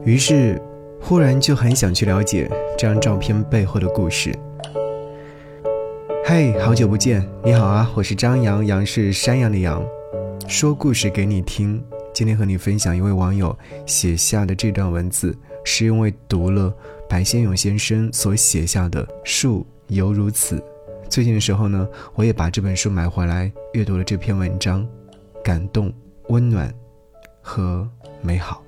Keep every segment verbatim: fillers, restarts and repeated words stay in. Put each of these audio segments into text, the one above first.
于是忽然就很想去了解这张照片背后的故事。嘿，好久不见，你好啊，我是张扬，杨是山羊的羊，说故事给你听。今天和你分享一位网友写下的这段文字，是因为读了白先勇先生所写下的《树犹如此》。最近的时候呢，我也把这本书买回来阅读了这篇文章，感动、温暖和美好。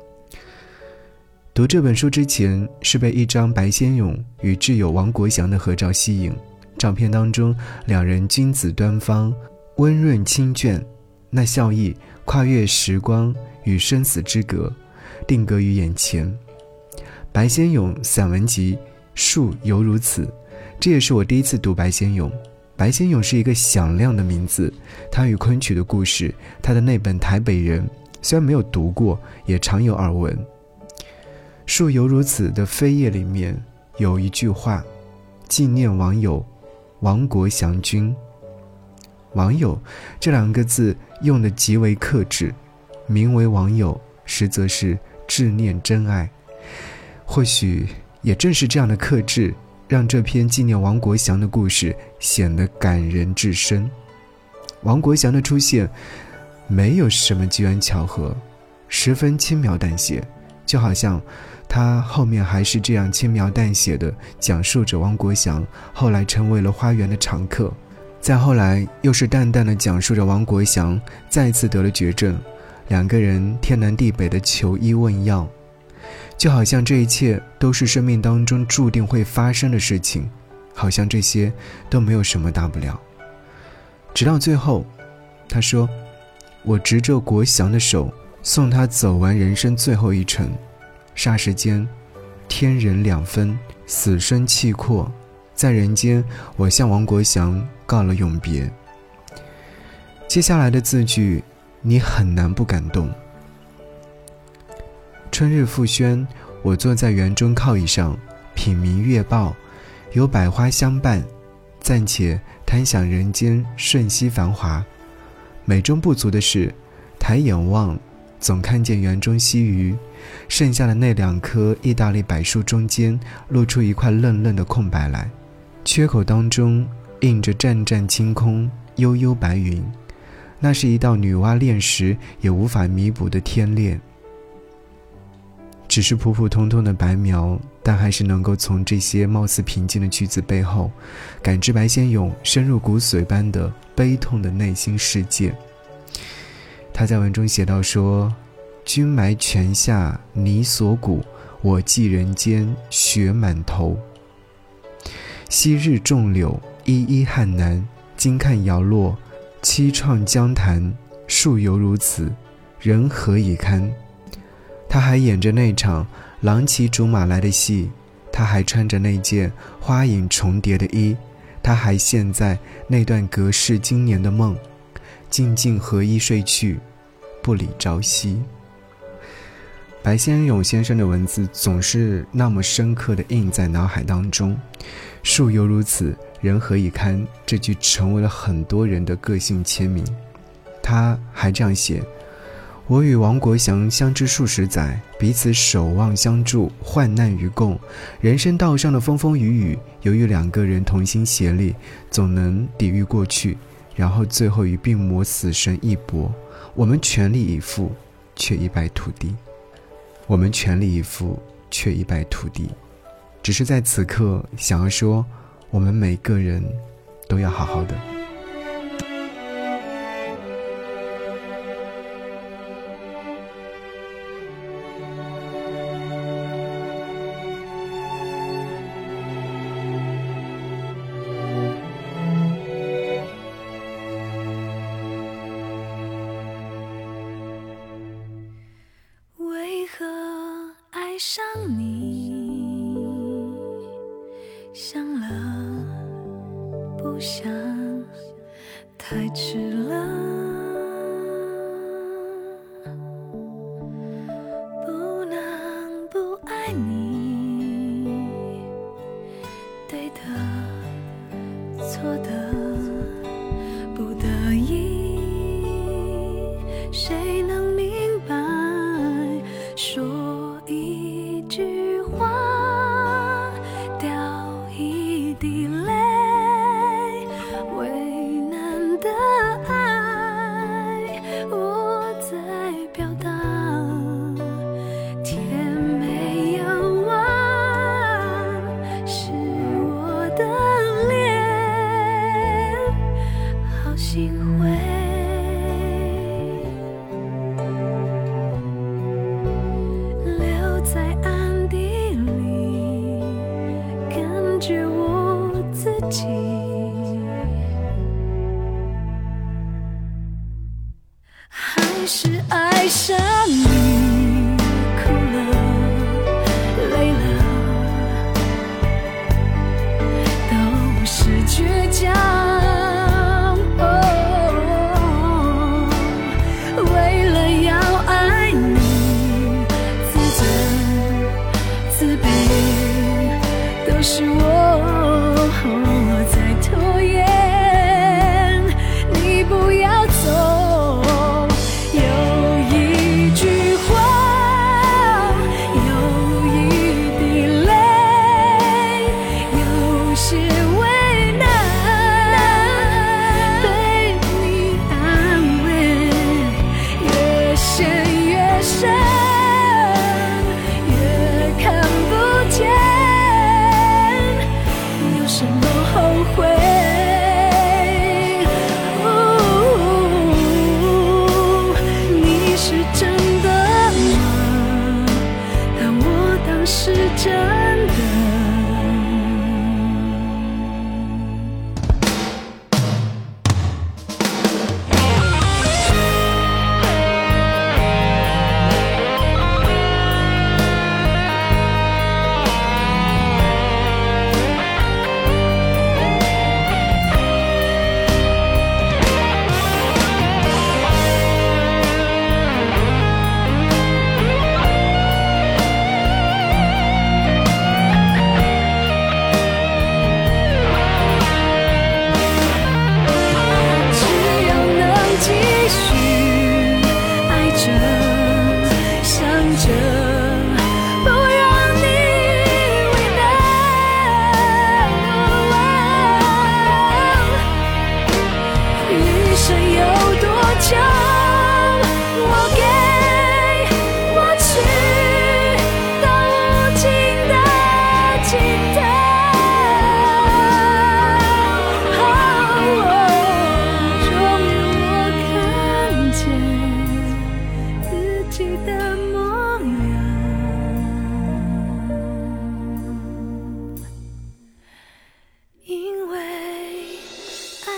读这本书之前，是被一张白先勇与挚友王国祥的合照吸引。照片当中，两人君子端方，温润清隽，那笑意跨越时光与生死之隔，定格于眼前。白先勇散文集《树犹如此》，这也是我第一次读白先勇。白先勇是一个响亮的名字，他与昆曲的故事，他的那本《台北人》，虽然没有读过，也常有耳闻。《树犹如此》的扉页里面有一句话，纪念网友王国祥君。网友这两个字用得极为克制，名为网友，实则是挚念真爱。或许也正是这样的克制，让这篇纪念王国祥的故事显得感人至深。王国祥的出现没有什么机缘巧合，十分轻描淡写，就好像他后面还是这样轻描淡写地讲述着王国祥后来成为了花园的常客，再后来又是淡淡地讲述着王国祥再次得了绝症，两个人天南地北的求医问药，就好像这一切都是生命当中注定会发生的事情，好像这些都没有什么大不了。直到最后，他说，我执着国祥的手，送他走完人生最后一程，霎时间天人两分，死生契阔，在人间我向王国祥告了永别。接下来的字句你很难不感动。春日复轩，我坐在园中靠椅上，品茗阅报，有百花相伴，暂且贪享人间瞬息繁华。美中不足的是，抬眼望总看见园中溪鱼，剩下的那两棵意大利柏树中间露出一块嫩嫩的空白来，缺口当中映着湛湛青空，悠悠白云，那是一道女娲炼石也无法弥补的天炼。只是普普通通的白描，但还是能够从这些貌似平静的句子背后，感知白先勇深入骨髓般的悲痛的内心世界。他在文中写道说，君埋泉下泥所骨，我寄人间雪满头。昔日种柳依依汉南，今看摇落凄怆江潭，树犹如此，人何以堪。他还演着那场郎骑竹马来的戏，他还穿着那件花影重叠的衣，他还陷在那段隔世经年的梦，静静合衣睡去，不理朝夕。白先勇先生的文字总是那么深刻地印在脑海当中，树犹如此，人何以堪，这句成为了很多人的个性签名。他还这样写，我与王国祥相知数十载，彼此守望相助，患难与共。人生道上的风风雨雨，由于两个人同心协力，总能抵御过去，然后最后与病魔死神一搏。我们全力以赴，却一败涂地。我们全力以赴，却一败涂地。只是在此刻，想要说，我们每个人都要好好的。 爱上你，想了不想，太迟了，不能不爱你，对的错的不得已，谁能明白？说一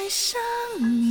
上你。